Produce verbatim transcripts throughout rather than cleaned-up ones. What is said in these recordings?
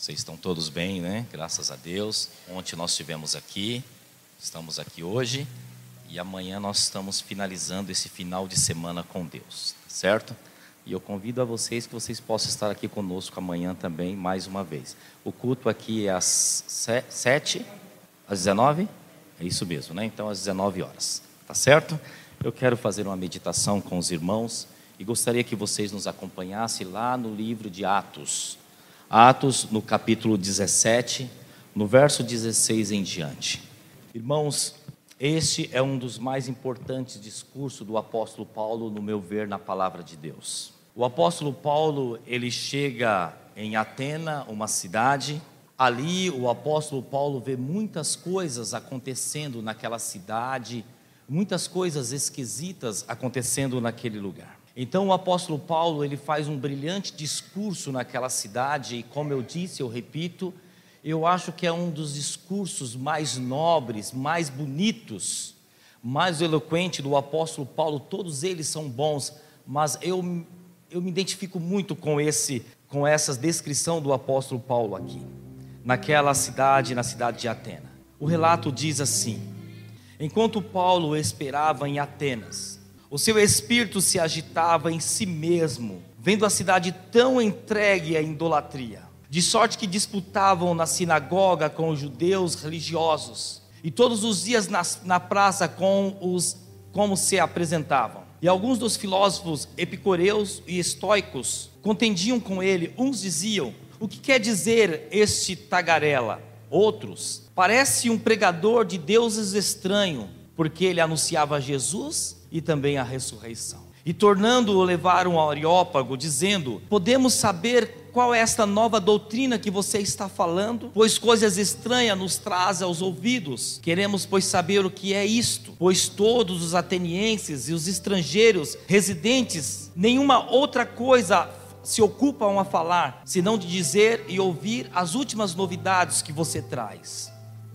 Vocês estão todos bem, né? Graças a Deus. Ontem nós estivemos aqui, estamos aqui hoje e amanhã nós estamos finalizando esse final de semana com Deus, certo? E eu convido a vocês que vocês possam estar aqui conosco amanhã também, mais uma vez. O culto aqui é às sete, às dezenove? É isso mesmo, né? Então às dezenove horas, tá certo? Eu quero fazer uma meditação com os irmãos e gostaria que vocês nos acompanhassem lá no livro de Atos. Atos, no capítulo dezessete, no verso dezesseis em diante. Irmãos, este é um dos mais importantes discursos do apóstolo Paulo, no meu ver, na palavra de Deus. O apóstolo Paulo, ele chega em Atena, uma cidade. Ali o apóstolo Paulo vê muitas coisas acontecendo naquela cidade, muitas coisas esquisitas acontecendo naquele lugar. Então o apóstolo Paulo, ele faz um brilhante discurso naquela cidade, e como eu disse, eu repito, eu acho que é um dos discursos mais nobres, mais bonitos, mais eloquente do apóstolo Paulo. Todos eles são bons, mas eu, eu me identifico muito com, esse, com essa descrição do apóstolo Paulo aqui, naquela cidade, na cidade de Atena. O relato diz assim: enquanto Paulo esperava em Atenas, o seu espírito se agitava em si mesmo, vendo a cidade tão entregue à idolatria, de sorte que disputavam na sinagoga com os judeus religiosos, e todos os dias na, na praça com os, como se apresentavam. E alguns dos filósofos epicureus e estoicos contendiam com ele. Uns diziam: o que quer dizer este tagarela? Outros: parece um pregador de deuses estranho, porque ele anunciava Jesus e também a ressurreição. E tornando-o levaram ao Areópago, dizendo: podemos saber qual é esta nova doutrina que você está falando? Pois coisas estranhas nos traz aos ouvidos. Queremos, pois, saber o que é isto, pois todos os atenienses e os estrangeiros residentes, nenhuma outra coisa se ocupam a falar, senão de dizer e ouvir as últimas novidades que você traz.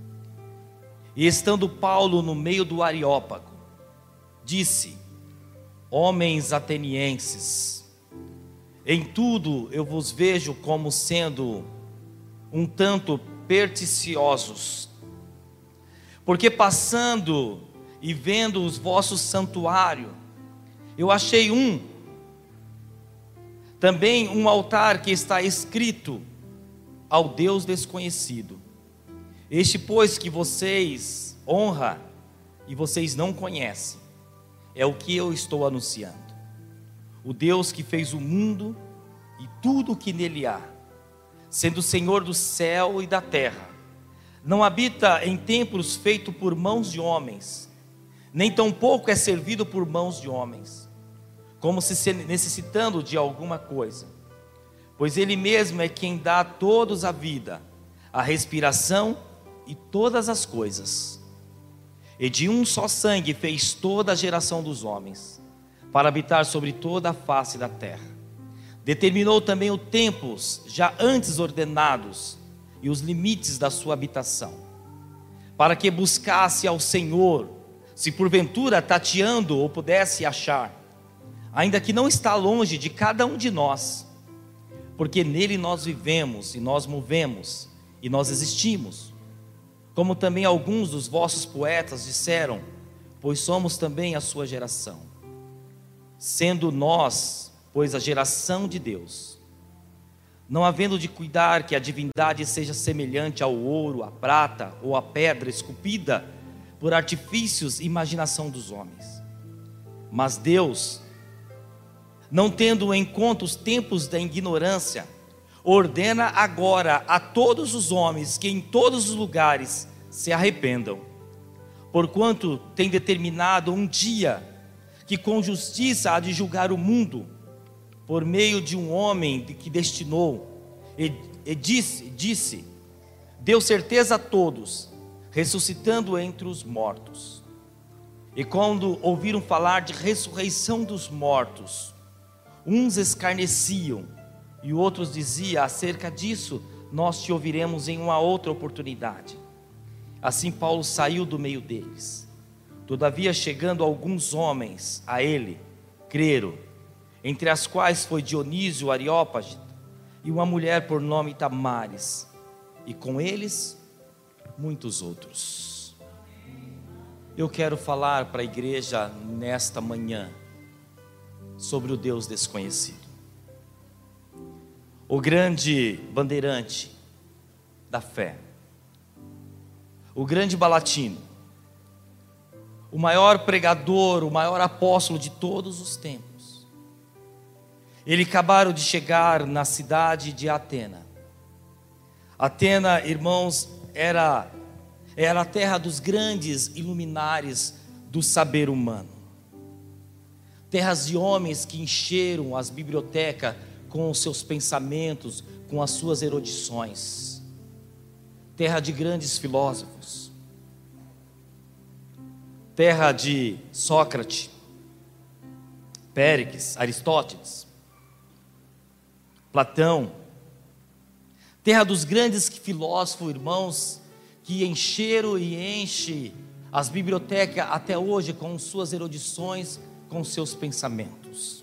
E estando Paulo no meio do Areópago, disse: homens atenienses, em tudo eu vos vejo como sendo um tanto perniciosos, porque passando e vendo os vossos santuários, eu achei um, também um altar que está escrito ao Deus desconhecido. Este, pois, que vocês honram e vocês não conhecem, é o que eu estou anunciando. O Deus que fez o mundo e tudo o que nele há, sendo o Senhor do céu e da terra, não habita em templos feitos por mãos de homens, nem tampouco é servido por mãos de homens, como se necessitando de alguma coisa, pois ele mesmo é quem dá a todos a vida, a respiração e todas as coisas. E de um só sangue fez toda a geração dos homens, para habitar sobre toda a face da terra. Determinou também os tempos já antes ordenados e os limites da sua habitação, para que buscasse ao Senhor, se porventura tateando ou pudesse achar, ainda que não está longe de cada um de nós, porque nele nós vivemos e nós movemos e nós existimos. Como também alguns dos vossos poetas disseram, pois somos também a sua geração. Sendo nós, pois, a geração de Deus, não havendo de cuidar que a divindade seja semelhante ao ouro, à prata ou à pedra esculpida por artifícios e imaginação dos homens. Mas Deus, não tendo em conta os tempos da ignorância, ordena agora a todos os homens que em todos os lugares se arrependam, porquanto tem determinado um dia que com justiça há de julgar o mundo, por meio de um homem que destinou, e, e disse, disse, deu certeza a todos, ressuscitando entre os mortos. E quando ouviram falar de ressurreição dos mortos, uns escarneciam, e outros diziam: acerca disso nós te ouviremos em uma outra oportunidade. Assim Paulo saiu do meio deles. Todavia, chegando alguns homens a ele, creram, entre as quais foi Dionísio Areópago, e uma mulher por nome Tamares, e com eles muitos outros. Eu quero falar para a igreja nesta manhã sobre o Deus desconhecido, o grande bandeirante da fé, o grande balatino, o maior pregador, o maior apóstolo de todos os tempos. Ele acabaram de chegar na cidade de Atena. Atena, irmãos, era, era a terra dos grandes iluminares do saber humano. Terras de homens que encheram as bibliotecas com os seus pensamentos, com as suas erudições. Terra de grandes filósofos. Terra de Sócrates, Péricles, Aristóteles, Platão. Terra dos grandes filósofos, irmãos, que encheram e enchem as bibliotecas até hoje com suas erudições, com seus pensamentos.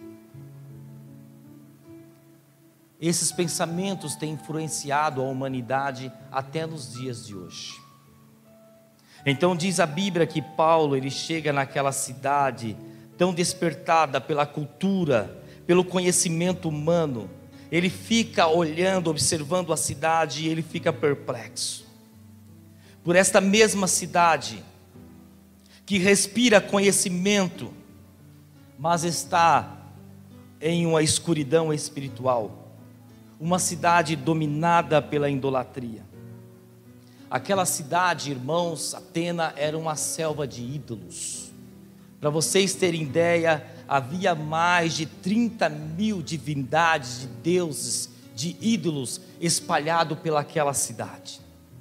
Esses pensamentos têm influenciado a humanidade até nos dias de hoje. Então diz a Bíblia que Paulo, ele chega naquela cidade tão despertada pela cultura, pelo conhecimento humano. Ele fica olhando, observando a cidade e ele fica perplexo. Por esta mesma cidade, que respira conhecimento, mas está em uma escuridão espiritual. Uma cidade dominada pela idolatria. Aquela cidade, irmãos, Atena, era uma selva de ídolos. Para vocês terem ideia, havia mais de trinta mil divindades, de deuses, de ídolos espalhados pelaquela cidade.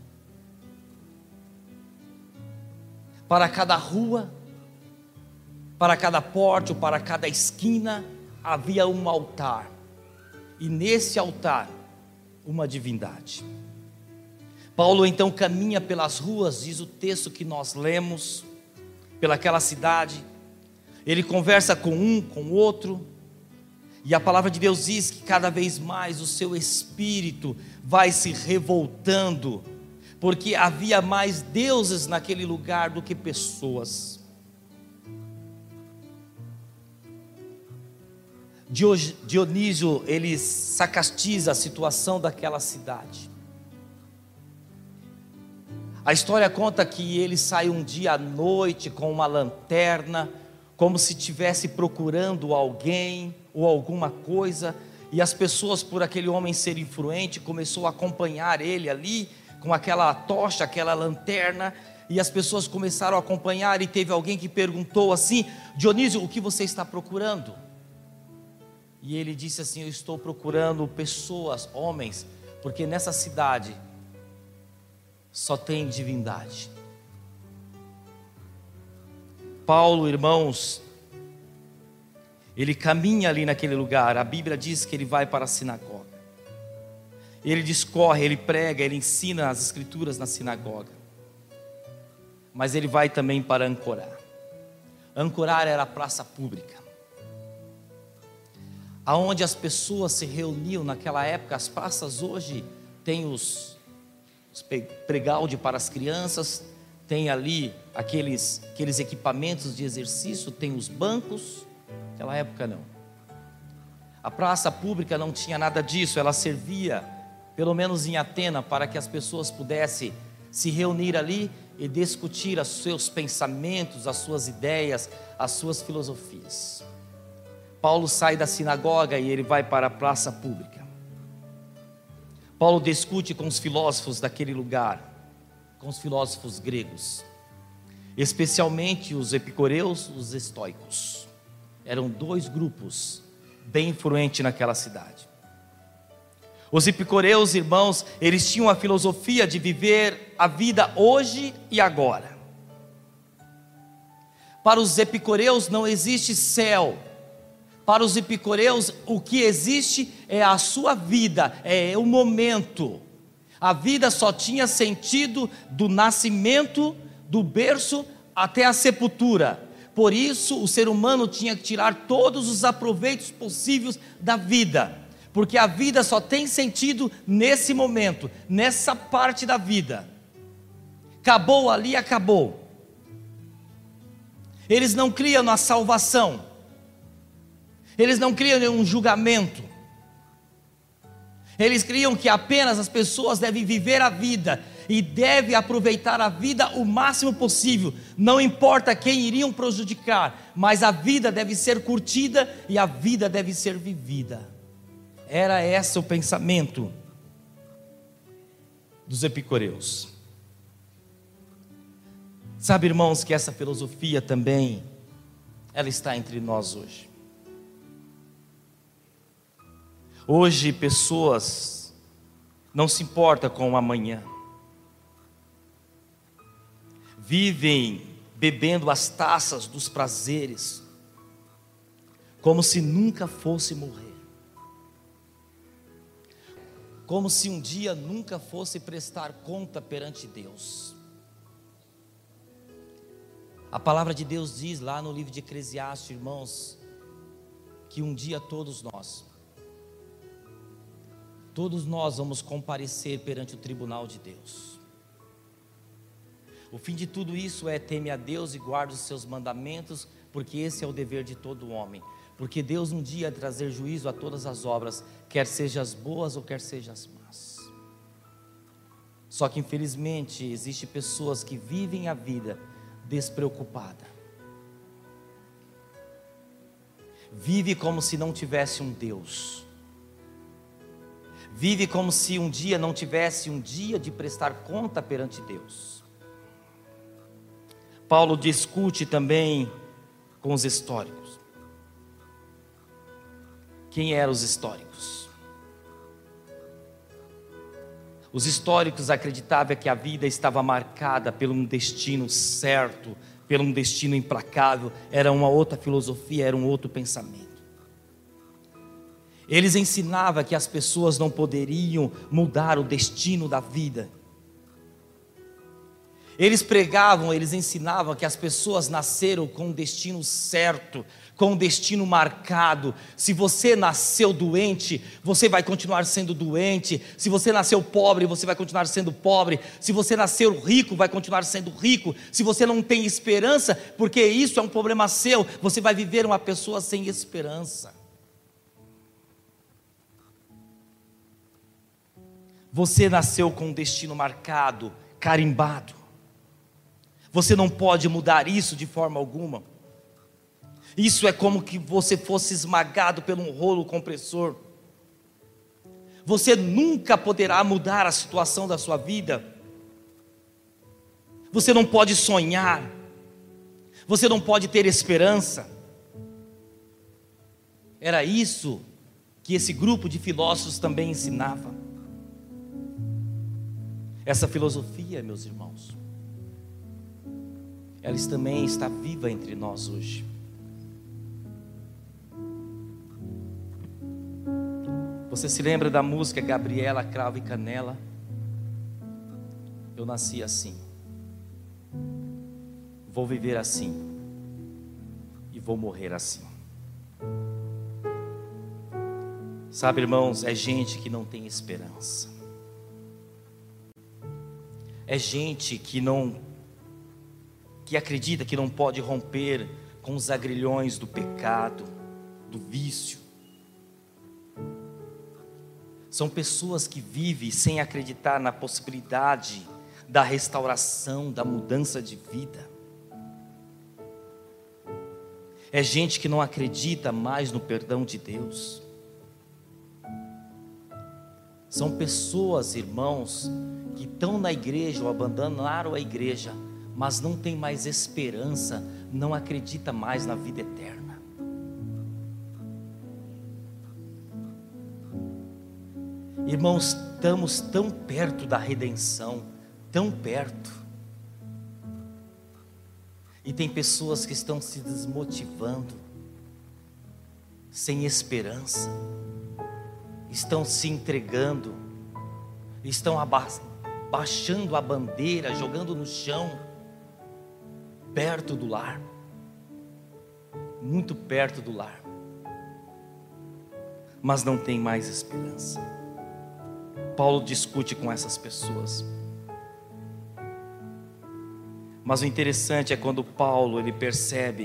Para cada rua, para cada porte, para cada esquina, havia um altar. E nesse altar, uma divindade. Paulo então caminha pelas ruas, diz o texto que nós lemos, pelaquela cidade. Ele conversa com um, com o outro, e a palavra de Deus diz que cada vez mais o seu espírito vai se revoltando, porque havia mais deuses naquele lugar do que pessoas. Dionísio, ele sarcastiza a situação daquela cidade. A história conta que ele sai um dia à noite com uma lanterna, como se estivesse procurando alguém ou alguma coisa, e as pessoas, por aquele homem ser influente, começou a acompanhar ele ali, com aquela tocha, aquela lanterna, e as pessoas começaram a acompanhar, e teve alguém que perguntou assim: Dionísio, o que você está procurando? E ele disse assim: eu estou procurando pessoas, homens, porque nessa cidade só tem divindade. Paulo, irmãos, ele caminha ali naquele lugar. A Bíblia diz que ele vai para a sinagoga. Ele discorre, ele prega, ele ensina as escrituras na sinagoga. Mas ele vai também para Ancorar. Ancorar era a praça pública, aonde as pessoas se reuniam naquela época. As praças hoje têm os playground para as crianças, tem ali aqueles, aqueles equipamentos de exercício, tem os bancos. Naquela época não. A praça pública não tinha nada disso. Ela servia, pelo menos em Atena, para que as pessoas pudessem se reunir ali e discutir os seus pensamentos, as suas ideias, as suas filosofias. Paulo sai da sinagoga e ele vai para a praça pública. Paulo discute com os filósofos daquele lugar, com os filósofos gregos, especialmente os epicureus, os estoicos. Eram dois grupos bem influentes naquela cidade. Os epicureus, irmãos, eles tinham a filosofia de viver a vida hoje e agora. Para os epicureus não existe céu. Para os epicureus, o que existe é a sua vida, é o momento. A vida só tinha sentido do nascimento, do berço até a sepultura. Por isso, o ser humano tinha que tirar todos os aproveitos possíveis da vida, porque a vida só tem sentido nesse momento, nessa parte da vida. Acabou ali, acabou. Eles não criam na salvação, eles não criam em um julgamento, eles criam que apenas as pessoas devem viver a vida e devem aproveitar a vida o máximo possível, não importa quem iriam prejudicar, mas a vida deve ser curtida e a vida deve ser vivida. Era esse o pensamento dos epicureus. Sabe, irmãos, que essa filosofia também, ela está entre nós hoje. Hoje pessoas não se importam com o amanhã, vivem bebendo as taças dos prazeres, como se nunca fosse morrer, como se um dia nunca fosse prestar conta perante Deus. A palavra de Deus diz lá no livro de Eclesiastes, irmãos, que um dia todos nós, todos nós vamos comparecer perante o tribunal de Deus. O fim de tudo isso é: teme a Deus e guarde os seus mandamentos, porque esse é o dever de todo homem. Porque Deus um dia vai trazer juízo a todas as obras, quer sejam as boas ou quer sejam as más. Só que infelizmente existem pessoas que vivem a vida despreocupada, vive como se não tivesse um Deus, vive como se um dia não tivesse um dia de prestar conta perante Deus. Paulo discute também com os históricos. Quem eram os históricos? Os históricos acreditavam que a vida estava marcada por um destino certo, por um destino implacável. Era uma outra filosofia, era um outro pensamento. Eles ensinavam que as pessoas não poderiam mudar o destino da vida. Eles pregavam, eles ensinavam que as pessoas nasceram com um destino certo, com um destino marcado. Se você nasceu doente, você vai continuar sendo doente. Se você nasceu pobre, você vai continuar sendo pobre. Se você nasceu rico, vai continuar sendo rico. Se você não tem esperança, porque isso é um problema seu, você vai viver uma pessoa sem esperança. Você nasceu com um destino marcado, carimbado. Você não pode mudar isso de forma alguma. Isso é como que você fosse esmagado por um rolo compressor. Você nunca poderá mudar a situação da sua vida. Você não pode sonhar. Você não pode ter esperança. Era isso que esse grupo de filósofos também ensinava. Essa filosofia, meus irmãos, ela também está viva entre nós hoje. Você se lembra da música Gabriela, Cravo e Canela? Eu nasci assim, vou viver assim e vou morrer assim. Sabe, irmãos, é gente que não tem esperança. É gente que não que acredita que não pode romper com os agrilhões do pecado, do vício. São pessoas que vivem sem acreditar na possibilidade da restauração, da mudança de vida. É gente que não acredita mais no perdão de Deus. São pessoas, irmãos, que estão na igreja ou abandonaram a igreja, mas não tem mais esperança, não acredita mais na vida eterna. Irmãos, estamos tão perto da redenção, tão perto, e tem pessoas que estão se desmotivando, sem esperança, estão se entregando, estão abaixando a bandeira, jogando no chão, perto do lar, muito perto do lar. mas não tem mais esperança. Paulo discute com essas pessoas. Mas o interessante é quando Paulo ele percebe,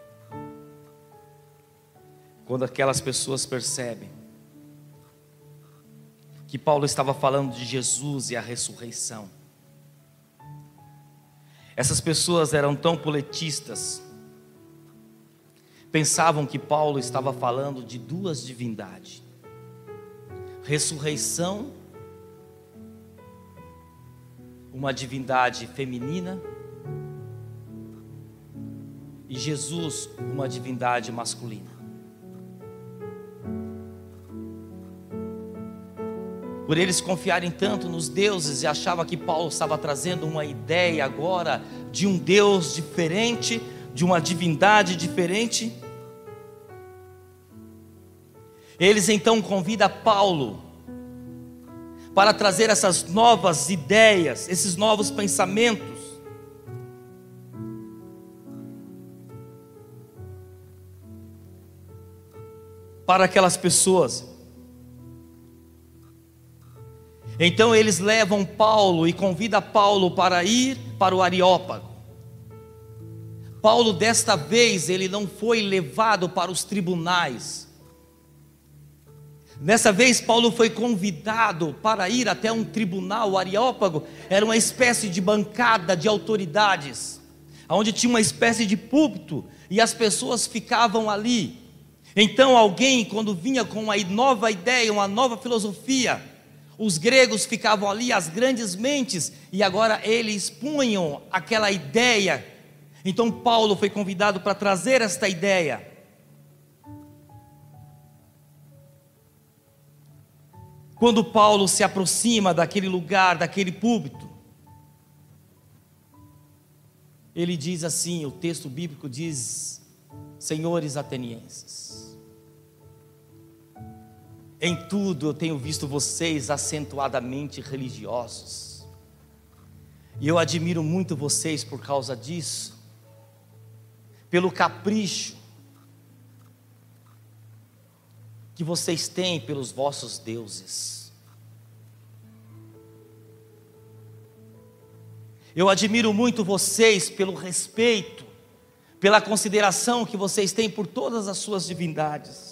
quando aquelas pessoas percebem que Paulo estava falando de Jesus e a ressurreição. Essas pessoas eram tão politistas, pensavam que Paulo estava falando de duas divindades: ressurreição, uma divindade feminina, e Jesus, uma divindade masculina. Por eles confiarem tanto nos deuses, e achavam que Paulo estava trazendo uma ideia agora de um Deus diferente, de uma divindade diferente. Eles então convidam Paulo para trazer essas novas ideias, esses novos pensamentos. Para aquelas pessoas. Então eles levam Paulo e convidam Paulo para ir para o Areópago. Paulo desta vez ele não foi levado para os tribunais. Dessa vez Paulo foi convidado para ir até um tribunal. O Areópago era uma espécie de bancada de autoridades, onde tinha uma espécie de púlpito e as pessoas ficavam ali. Então alguém, quando vinha com uma nova ideia, uma nova filosofia, os gregos ficavam ali, as grandes mentes, e agora eles expunham aquela ideia. Então Paulo foi convidado para trazer esta ideia. Quando Paulo se aproxima daquele lugar, daquele púlpito, ele diz assim, o texto bíblico diz: senhores atenienses, em tudo eu tenho visto vocês acentuadamente religiosos, e eu admiro muito vocês por causa disso, pelo capricho que vocês têm pelos vossos deuses. Eu admiro muito vocês pelo respeito, pela consideração que vocês têm por todas as suas divindades.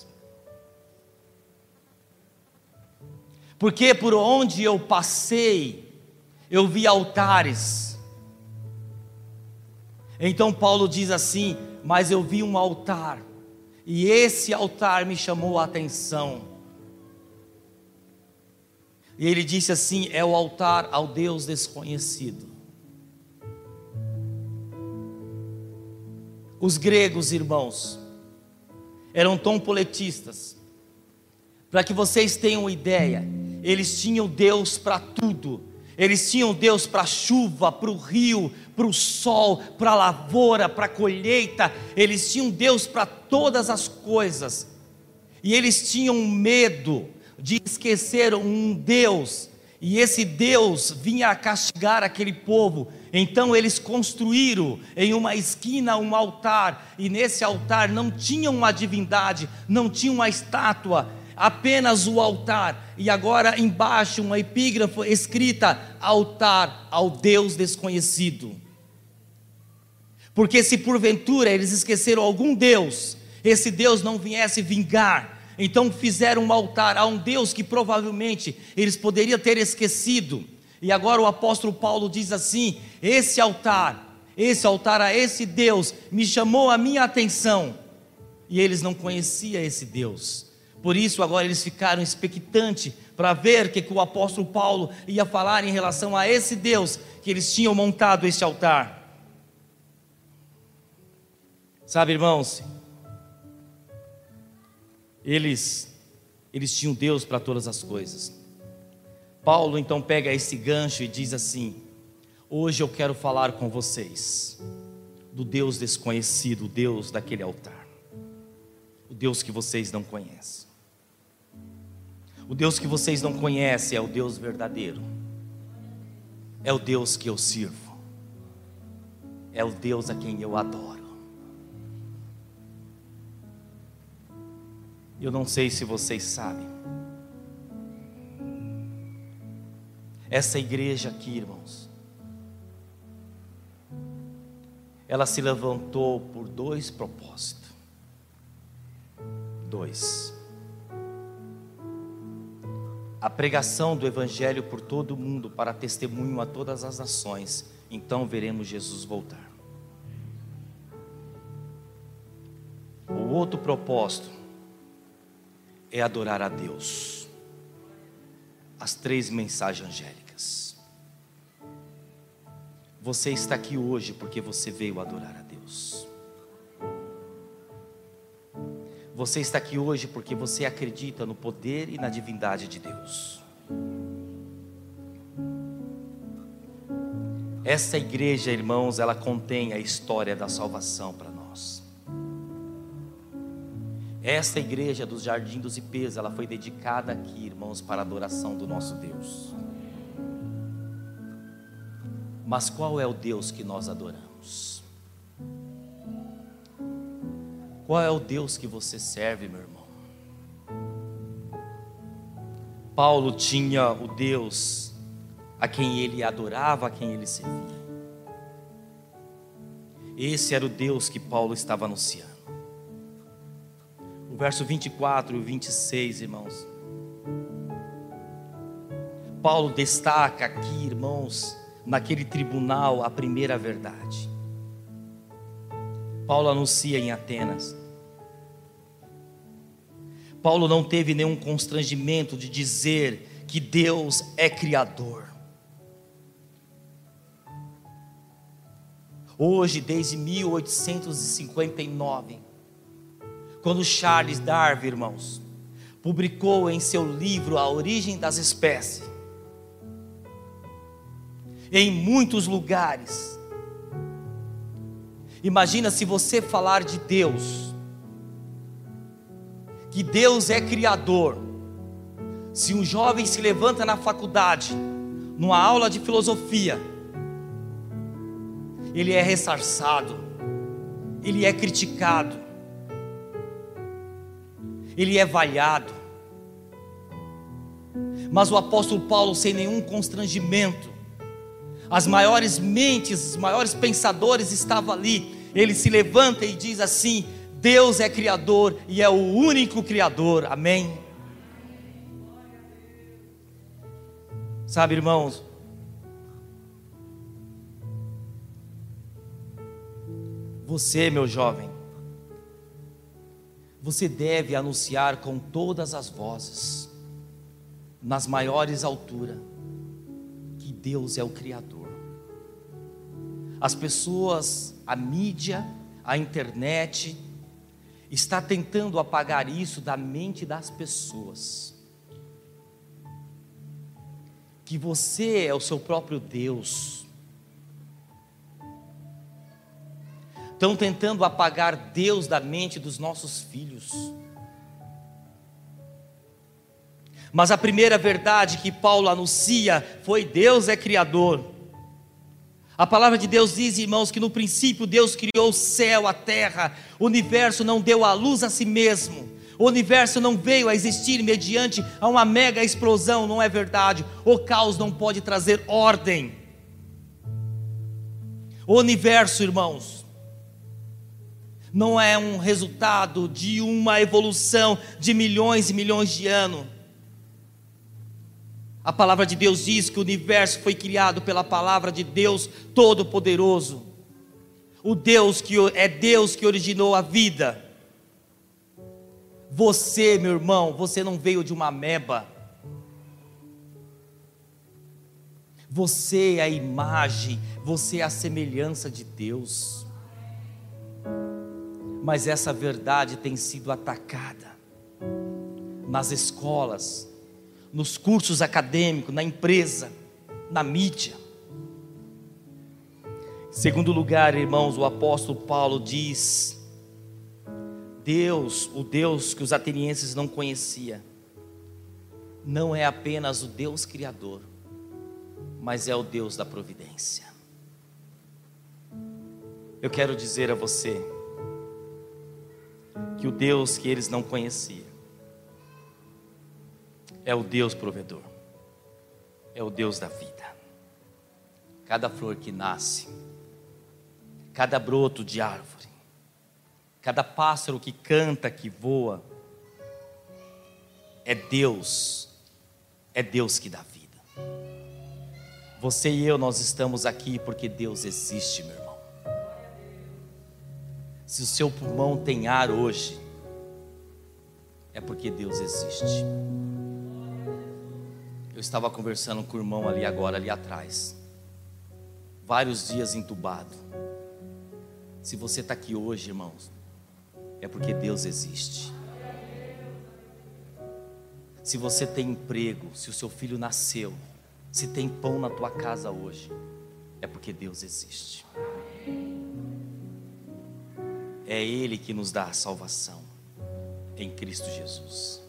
Porque por onde eu passei, eu vi altares. Então Paulo diz assim: mas eu vi um altar, e esse altar me chamou a atenção. E ele disse assim: é o altar ao Deus desconhecido. Os gregos, irmãos, eram tão politistas, para que vocês tenham ideia, eles tinham Deus para tudo. Eles tinham Deus para a chuva, para o rio, para o sol, para a lavoura, para a colheita. Eles tinham Deus para todas as coisas. E eles tinham medo de esquecer um Deus, e esse Deus vinha a castigar aquele povo. Então eles construíram em uma esquina um altar, e nesse altar não tinha uma divindade, não tinha uma estátua, apenas o altar. E agora embaixo uma epígrafe escrita: altar ao Deus desconhecido. Porque se porventura eles esqueceram algum Deus, esse Deus não viesse vingar, então fizeram um altar a um Deus que provavelmente eles poderiam ter esquecido. E agora o apóstolo Paulo diz assim: esse altar, esse altar a esse Deus me chamou a minha atenção. E eles não conheciam esse Deus. Por isso agora eles ficaram expectantes para ver o que, que o apóstolo Paulo ia falar em relação a esse Deus que eles tinham montado este altar. Sabe, irmãos, eles, eles tinham Deus para todas as coisas. Paulo então pega esse gancho e diz assim: hoje eu quero falar com vocês do Deus desconhecido, o Deus daquele altar, o Deus que vocês não conhecem. O Deus que vocês não conhecem é o Deus verdadeiro, é o Deus que eu sirvo, é o Deus a quem eu adoro. Eu não sei se vocês sabem, essa igreja aqui, irmãos, ela se levantou por dois propósitos. Dois. A pregação do Evangelho por todo o mundo, para testemunho a todas as nações. Então veremos Jesus voltar. O outro propósito é adorar a Deus. As três mensagens angélicas. Você está aqui hoje porque você veio adorar a Deus. Você está aqui hoje porque você acredita no poder e na divindade de Deus. Essa igreja, irmãos, ela contém a história da salvação para nós. Essa igreja dos Jardim dos Ipês, ela foi dedicada aqui, irmãos, para a adoração do nosso Deus. Mas qual é o Deus que nós adoramos? Qual é o Deus que você serve, meu irmão? Paulo tinha o Deus a quem ele adorava, a quem ele servia. Esse era o Deus que Paulo estava anunciando. O verso vinte e quatro e vinte e seis, irmãos. Paulo destaca aqui, irmãos, naquele tribunal, a primeira verdade. Paulo anuncia em Atenas. Paulo não teve nenhum constrangimento de dizer que Deus é criador. Hoje, desde mil oitocentos e cinquenta e nove, quando Charles Darwin, irmãos, publicou em seu livro A Origem das Espécies, em muitos lugares, imagina se você falar de Deus, que Deus é criador. Se um jovem se levanta na faculdade, numa aula de filosofia, ele é ressarçado, ele é criticado, ele é vaiado. Mas o apóstolo Paulo, sem nenhum constrangimento, as maiores mentes, os maiores pensadores estavam ali. Ele se levanta e diz assim: Deus é criador e é o único criador, amém? Sabe, irmãos, você, meu jovem, você deve anunciar com todas as vozes, nas maiores alturas, que Deus é o Criador. As pessoas, a mídia, a internet, está tentando apagar isso da mente das pessoas. Que você é o seu próprio Deus. Estão tentando apagar Deus da mente dos nossos filhos. Mas a primeira verdade que Paulo anuncia foi: Deus é criador. A palavra de Deus diz, irmãos, que no princípio Deus criou o céu, a terra. O universo não deu a luz a si mesmo. O universo não veio a existir mediante a uma mega explosão, não é verdade? O caos não pode trazer ordem. O universo, irmãos, não é um resultado de uma evolução de milhões e milhões de anos. A palavra de Deus diz que o universo foi criado pela palavra de Deus Todo-Poderoso. O Deus que é Deus que originou a vida. Você, meu irmão, você não veio de uma ameba. Você é a imagem, você é a semelhança de Deus. Mas essa verdade tem sido atacada nas escolas, nos cursos acadêmicos, na empresa, na mídia. Em segundo lugar, irmãos, o apóstolo Paulo diz: Deus, o Deus que os atenienses não conheciam, não é apenas o Deus criador, mas é o Deus da providência. Eu quero dizer a você que o Deus que eles não conheciam é o Deus provedor, é o Deus da vida. Cada flor que nasce, cada broto de árvore, cada pássaro que canta, que voa, é Deus, é Deus que dá vida. Você e eu, nós estamos aqui porque Deus existe, meu irmão. Se o seu pulmão tem ar hoje, é porque Deus existe. Eu estava conversando com o irmão ali agora, ali atrás, vários dias entubado. Se você está aqui hoje, irmãos, é porque Deus existe. Se você tem emprego, se o seu filho nasceu, se tem pão na tua casa hoje, é porque Deus existe. É Ele que nos dá a salvação em Cristo Jesus.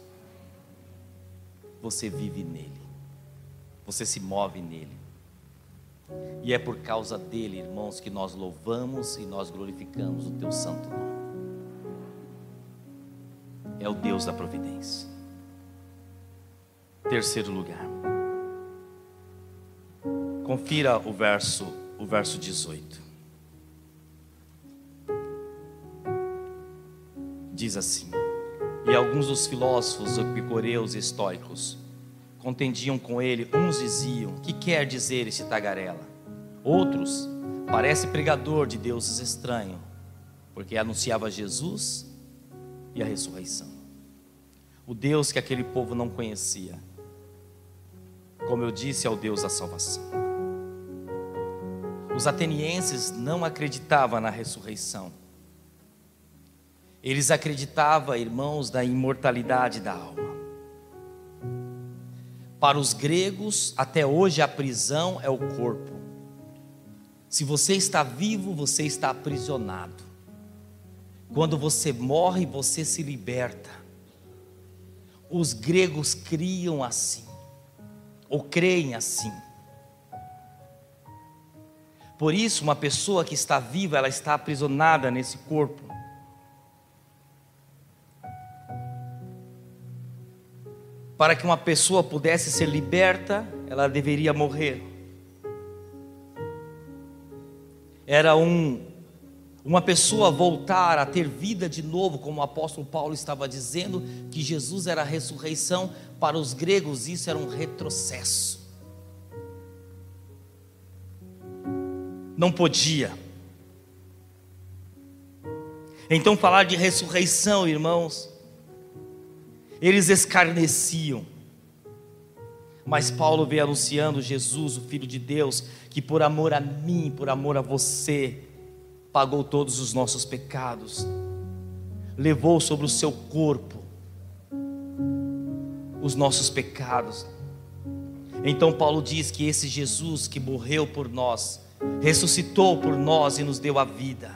Você vive nele, você se move nele, e é por causa dele, irmãos, que nós louvamos e nós glorificamos o teu santo nome. É o Deus da providência. Terceiro lugar, confira o verso, o verso dezoito. Diz assim: e alguns dos filósofos epicureus e estoicos contendiam com ele. Uns diziam: que quer dizer este tagarela? Outros: parece pregador de deuses estranho, porque anunciava Jesus e a ressurreição, o Deus que aquele povo não conhecia. Como eu disse, é o Deus da salvação. Os atenienses não acreditavam na ressurreição. Eles acreditavam, irmãos, na imortalidade da alma. Para os gregos, até hoje a prisão é o corpo. Se você está vivo, você está aprisionado. Quando você morre, você se liberta. Os gregos criam assim, ou creem assim. Por isso, uma pessoa que está viva, ela está aprisionada nesse corpo. Para que uma pessoa pudesse ser liberta, ela deveria morrer. Era um, uma pessoa voltar a ter vida de novo, como o apóstolo Paulo estava dizendo, que Jesus era a ressurreição. Para os gregos isso era um retrocesso. Não podia. Então falar de ressurreição, irmãos, eles escarneciam. Mas Paulo veio anunciando Jesus, o Filho de Deus, que por amor a mim, por amor a você, pagou todos os nossos pecados, levou sobre o seu corpo os nossos pecados. Então Paulo diz que esse Jesus que morreu por nós, ressuscitou por nós e nos deu a vida.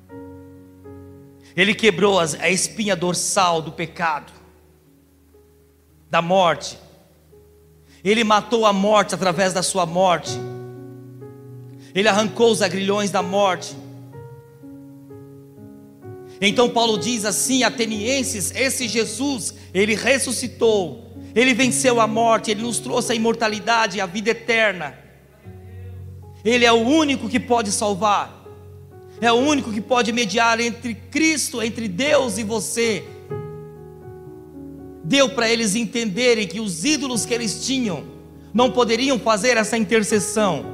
Ele quebrou a espinha dorsal do pecado, da morte. Ele matou a morte através da sua morte. Ele arrancou os agrilhões da morte. Então Paulo diz assim: atenienses, esse Jesus, ele ressuscitou, ele venceu a morte, ele nos trouxe a imortalidade e a vida eterna. Ele é o único que pode salvar, é o único que pode mediar entre Cristo, entre Deus e você. Deu para eles entenderem que os ídolos que eles tinham não poderiam fazer essa intercessão.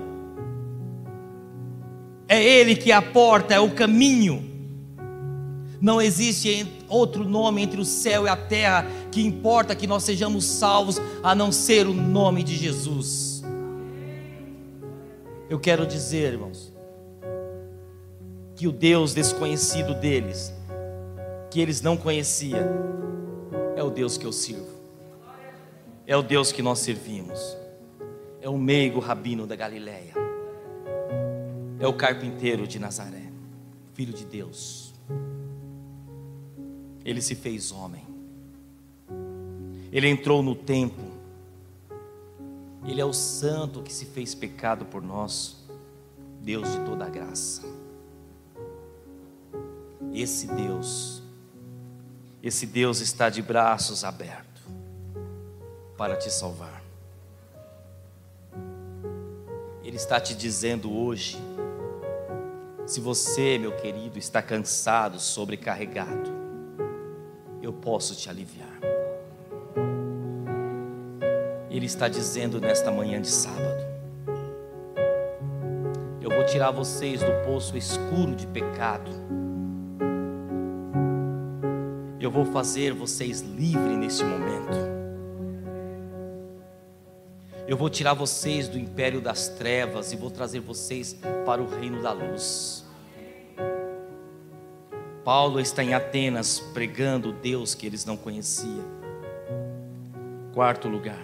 É Ele que é a porta, é o caminho. Não existe outro nome entre o céu e a terra que importa que nós sejamos salvos, a não ser o nome de Jesus. Eu quero dizer, irmãos, que o Deus desconhecido deles, que eles não conheciam, é o Deus que eu sirvo, é o Deus que nós servimos, é o meigo rabino da Galileia, é o carpinteiro de Nazaré, Filho de Deus. Ele se fez homem, ele entrou no templo, ele é o santo que se fez pecado por nós, Deus de toda a graça. Esse Deus, esse Deus está de braços abertos, para te salvar. Ele está te dizendo hoje, se você, meu querido, está cansado, sobrecarregado, eu posso te aliviar. Ele está dizendo nesta manhã de sábado, eu vou tirar vocês do poço escuro de pecado. Eu vou fazer vocês livres neste momento. Eu vou tirar vocês do império das trevas e vou trazer vocês para o reino da luz. Paulo está em Atenas pregando o Deus que eles não conheciam. Quarto lugar,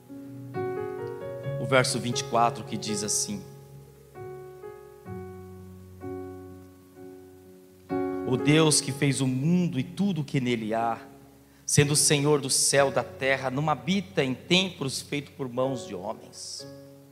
o verso vinte e quatro que diz assim: o Deus que fez o mundo e tudo o que nele há, sendo o Senhor do céu e da terra, não habita em templos feitos por mãos de homens.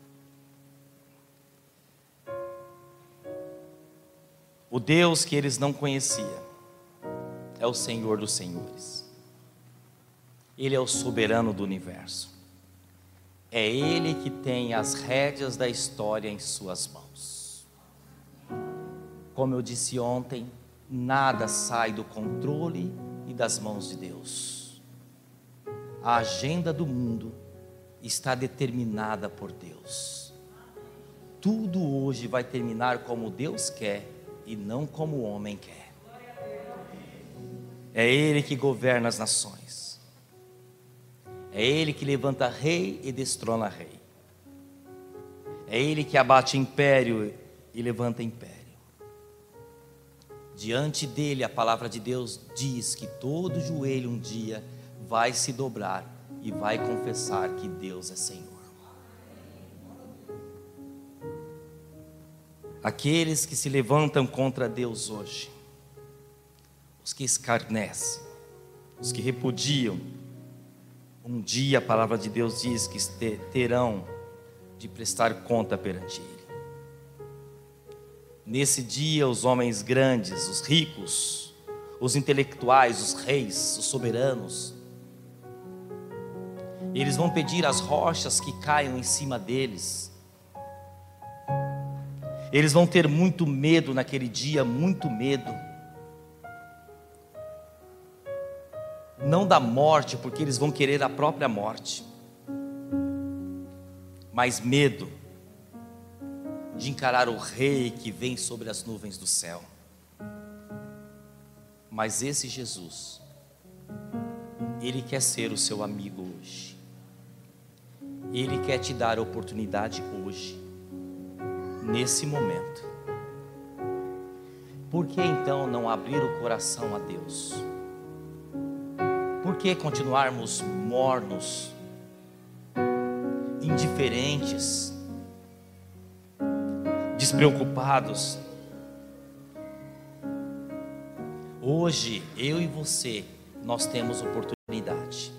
O Deus que eles não conheciam é o Senhor dos senhores. Ele é o soberano do universo. É Ele que tem as rédeas da história em suas mãos. Como eu disse ontem, nada sai do controle e das mãos de Deus. A agenda do mundo está determinada por Deus. Tudo hoje vai terminar como Deus quer e não como o homem quer. É Ele que governa as nações. É Ele que levanta rei e destrona rei. É Ele que abate império e levanta império. Diante dele, a palavra de Deus diz que todo joelho um dia vai se dobrar e vai confessar que Deus é Senhor. Aqueles que se levantam contra Deus hoje, os que escarnecem, os que repudiam, um dia a palavra de Deus diz que terão de prestar conta perante Ele. Nesse dia, os homens grandes, os ricos, os intelectuais, os reis, os soberanos, eles vão pedir as rochas que caiam em cima deles. Eles vão ter muito medo naquele dia, muito medo. Não da morte, porque eles vão querer a própria morte, mas medo de encarar o rei que vem sobre as nuvens do céu. Mas esse Jesus, Ele quer ser o seu amigo hoje. Ele quer te dar a oportunidade hoje, nesse momento. Por que então não abrir o coração a Deus? Por que continuarmos mornos, indiferentes, despreocupados? Hoje, eu e você, nós temos oportunidade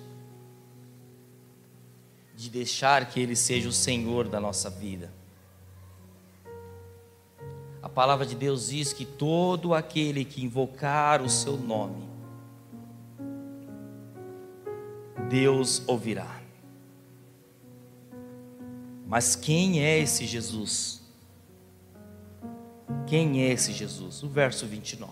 de deixar que Ele seja o Senhor da nossa vida. A palavra de Deus diz que todo aquele que invocar o seu nome, Deus ouvirá. Mas quem é esse Jesus? Quem é esse Jesus? O verso vinte e nove.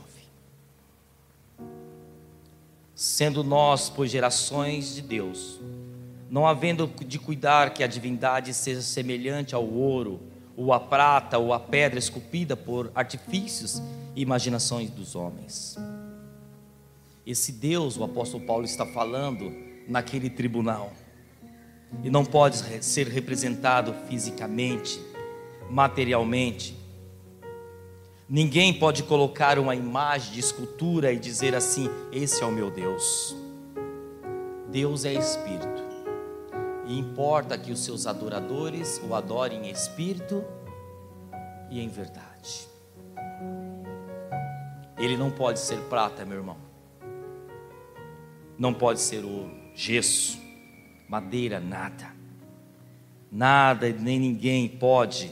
Sendo nós, pois, gerações de Deus, não havendo de cuidar que a divindade seja semelhante ao ouro, ou à prata, ou à pedra esculpida por artifícios e imaginações dos homens. Esse Deus, o apóstolo Paulo está falando naquele tribunal, e não pode ser representado fisicamente, materialmente. Ninguém pode colocar uma imagem de escultura e dizer assim: esse é o meu Deus. Deus é Espírito, e importa que os seus adoradores o adorem em espírito e em verdade. Ele não pode ser prata, meu irmão. Não pode ser ouro, gesso, madeira, nada. Nada nem ninguém pode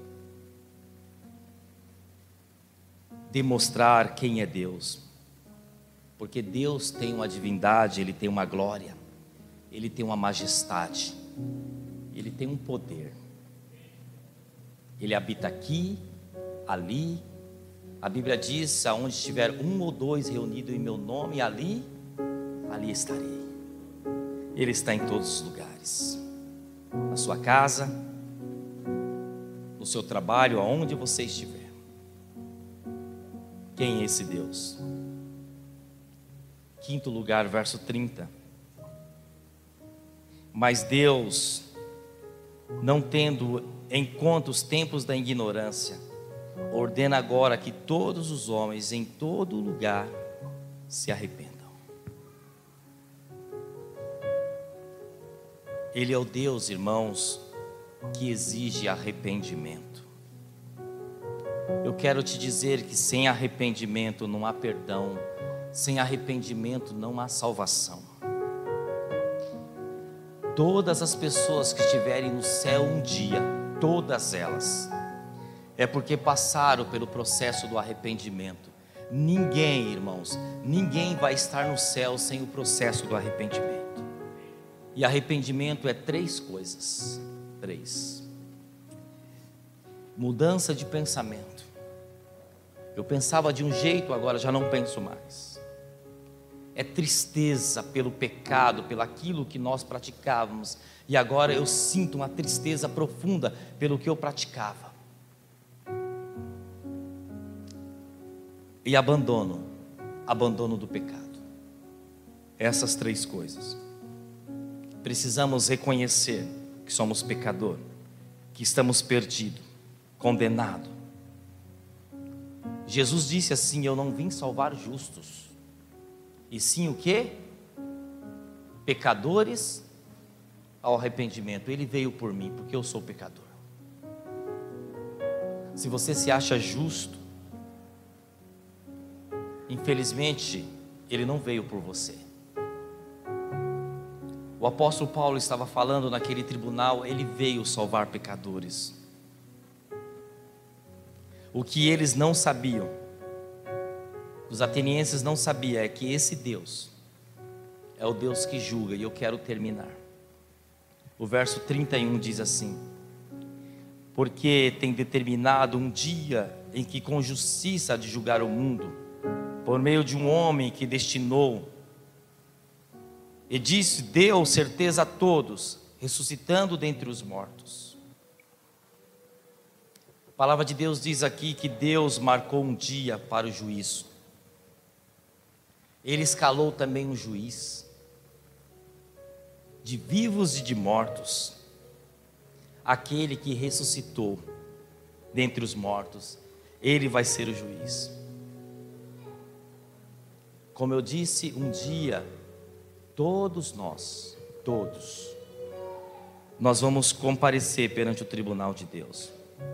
demonstrar quem é Deus. Porque Deus tem uma divindade, Ele tem uma glória. Ele tem uma majestade, Ele tem um poder. Ele habita aqui, ali. A Bíblia diz: aonde estiver um ou dois reunidos em meu nome, ali, ali estarei. Ele está em todos os lugares. Na sua casa, no seu trabalho, aonde você estiver. Quem é esse Deus? Quinto lugar, verso trinta. Mas Deus, não tendo em conta os tempos da ignorância, ordena agora que todos os homens em todo lugar se arrependam. Ele é o Deus, irmãos, que exige arrependimento. Eu quero te dizer que sem arrependimento não há perdão, sem arrependimento não há salvação. Todas as pessoas que estiverem no céu um dia, todas elas, é porque passaram pelo processo do arrependimento. Ninguém, irmãos, ninguém vai estar no céu sem o processo do arrependimento. E arrependimento é três coisas. Três. Mudança de pensamento. Eu pensava de um jeito, agora já não penso mais. É tristeza pelo pecado, pelo aquilo que nós praticávamos. E agora eu sinto uma tristeza profunda pelo que eu praticava. E abandono, abandono do pecado. Essas três coisas. Precisamos reconhecer que somos pecador, que estamos perdidos, condenados. Jesus disse assim: eu não vim salvar justos, e sim o quê? Pecadores ao arrependimento. Ele veio por mim, porque eu sou pecador. Se você se acha justo, infelizmente, Ele não veio por você. O apóstolo Paulo estava falando naquele tribunal, ele veio salvar pecadores. O que eles não sabiam, os atenienses não sabiam, é que esse Deus é o Deus que julga. E eu quero terminar. O verso trinta e um diz assim: porque tem determinado um dia em que com justiça há de julgar o mundo, por meio de um homem que destinou, e disse, deu certeza a todos, ressuscitando dentre os mortos. A palavra de Deus diz aqui que Deus marcou um dia para o juízo. Ele escalou também um juiz, de vivos e de mortos, aquele que ressuscitou dentre os mortos. Ele vai ser o juiz. Como eu disse, um dia, todos nós, todos, nós vamos comparecer perante o tribunal de Deus.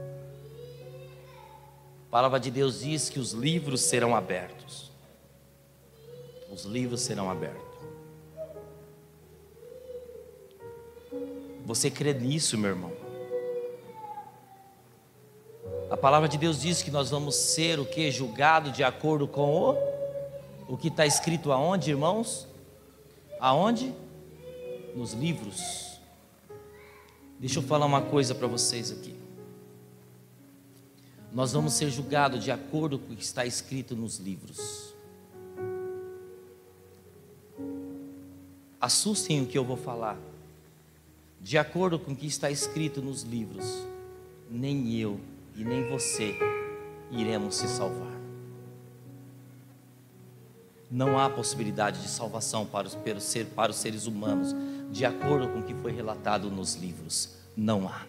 A palavra de Deus diz que os livros serão abertos. Os livros serão abertos. Você crê nisso, meu irmão? A palavra de Deus diz que nós vamos ser o que? Julgado de acordo com o, o que está escrito aonde, irmãos? Aonde? Nos livros. Deixa eu falar uma coisa para vocês aqui. Nós vamos ser julgados de acordo com o que está escrito nos livros. Assustem o que eu vou falar. De acordo com o que está escrito nos livros, nem eu e nem você iremos se salvar. Não há possibilidade de salvação para os, para os seres humanos, de acordo com o que foi relatado nos livros. Não há.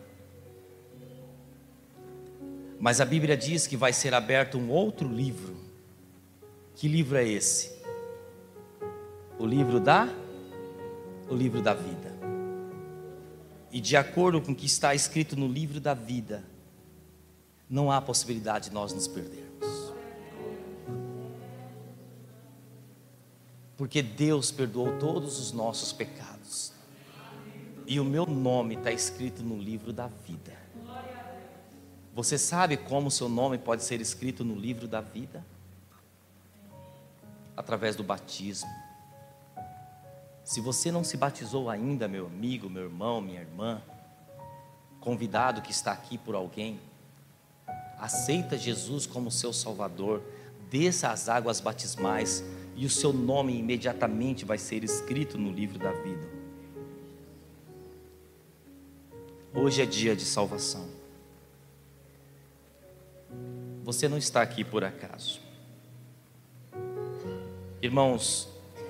Mas a Bíblia diz que vai ser aberto um outro livro. Que livro é esse? O livro da? O livro da vida. E de acordo com o que está escrito no livro da vida, não há possibilidade de nós nos perdermos. Porque Deus perdoou todos os nossos pecados. E o meu nome está escrito no livro da vida. Você sabe como o seu nome pode ser escrito no livro da vida? Através do batismo. Se você não se batizou ainda, meu amigo, meu irmão, minha irmã, convidado que está aqui por alguém, aceita Jesus como seu Salvador, desça às águas batismais e o seu nome imediatamente vai ser escrito no livro da vida. Hoje é dia de salvação. Você não está aqui por acaso. Irmãos,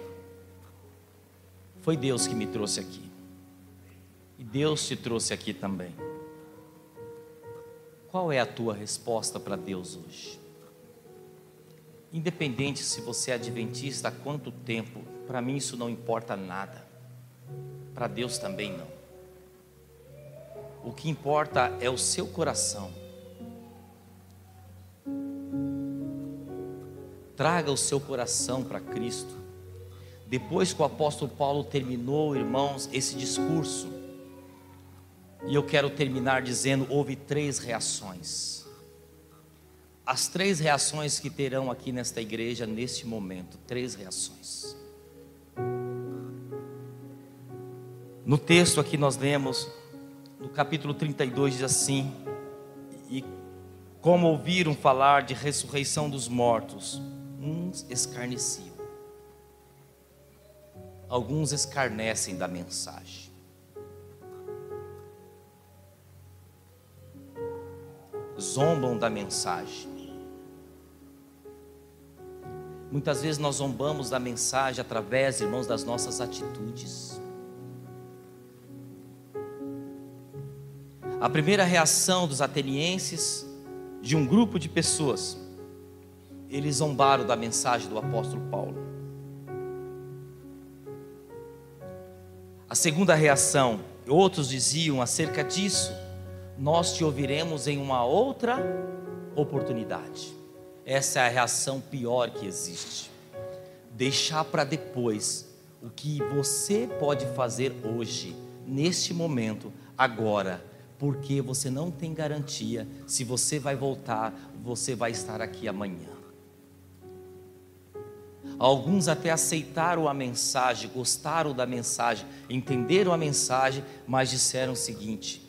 foi Deus que me trouxe aqui. E Deus te trouxe aqui também. Qual é a tua resposta para Deus hoje? Independente se você é adventista há quanto tempo, para mim isso não importa nada. Para Deus também não. O que importa é o seu coração. Traga o seu coração para Cristo. Depois que o apóstolo Paulo terminou, irmãos, esse discurso, e eu quero terminar dizendo, houve três reações. As três reações que terão aqui nesta igreja, neste momento, três reações. No texto aqui nós lemos, no capítulo trinta e dois diz assim: e como ouviram falar de ressurreição dos mortos, uns escarneciam. Alguns escarnecem da mensagem. Zombam da mensagem. Muitas vezes nós zombamos da mensagem através, irmãos, das nossas atitudes. A primeira reação dos atenienses, de um grupo de pessoas, eles zombaram da mensagem do apóstolo Paulo. A segunda reação, outros diziam acerca disso: nós te ouviremos em uma outra oportunidade. Essa é a reação pior que existe. Deixar para depois o que você pode fazer hoje, neste momento, agora, porque você não tem garantia se você vai voltar, você vai estar aqui amanhã. Alguns até aceitaram a mensagem, gostaram da mensagem, entenderam a mensagem, mas disseram o seguinte: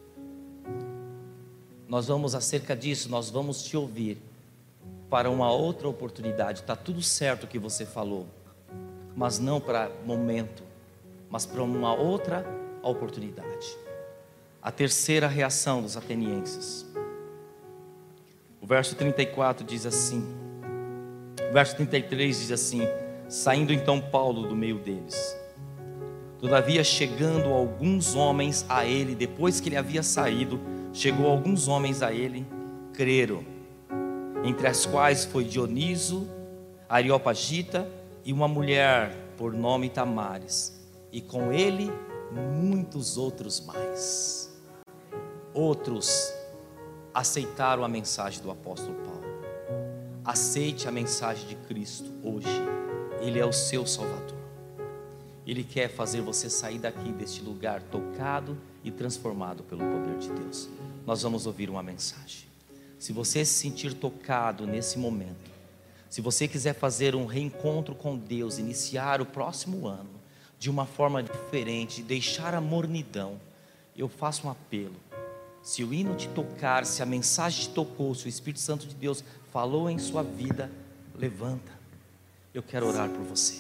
nós vamos acerca disso, nós vamos te ouvir para uma outra oportunidade. Está tudo certo o que você falou, mas não para momento, mas para uma outra oportunidade. A terceira reação dos atenienses, o verso trinta e quatro diz assim, o verso trinta e três diz assim: saindo então Paulo do meio deles, todavia chegando alguns homens a ele, depois que ele havia saído, chegou alguns homens a ele, creram, entre as quais foi Dioniso, Areopagita e uma mulher por nome Tamares, e com ele muitos outros mais. Outros aceitaram a mensagem do apóstolo Paulo. Aceite a mensagem de Cristo hoje. Ele é o seu Salvador. Ele quer fazer você sair daqui deste lugar tocado e transformado pelo poder de Deus. Nós vamos ouvir uma mensagem. Se você se sentir tocado nesse momento, se você quiser fazer um reencontro com Deus, iniciar o próximo ano de uma forma diferente, deixar a mornidão, eu faço um apelo. Se o hino te tocar, se a mensagem te tocou, se o Espírito Santo de Deus falou em sua vida, levanta. Eu quero orar por você.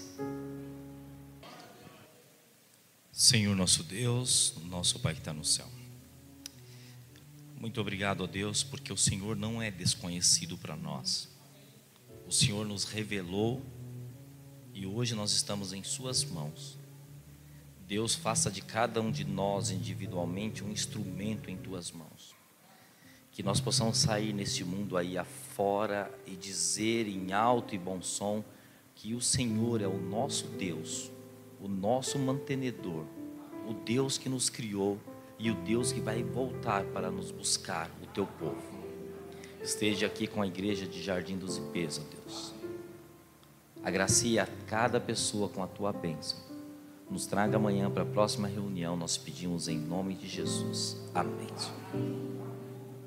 Senhor nosso Deus, nosso Pai que está no céu, muito obrigado a Deus, porque o Senhor não é desconhecido para nós. O Senhor nos revelou e hoje nós estamos em suas mãos. Deus, faça de cada um de nós individualmente um instrumento em tuas mãos. Que nós possamos sair neste mundo aí afora e dizer em alto e bom som que o Senhor é o nosso Deus, o nosso mantenedor, o Deus que nos criou e o Deus que vai voltar para nos buscar, o teu povo. Esteja aqui com a igreja de Jardim dos Ipês, ó Deus. Agracie a cada pessoa com a tua bênção. Nos traga amanhã para a próxima reunião, nós pedimos em nome de Jesus. Amém.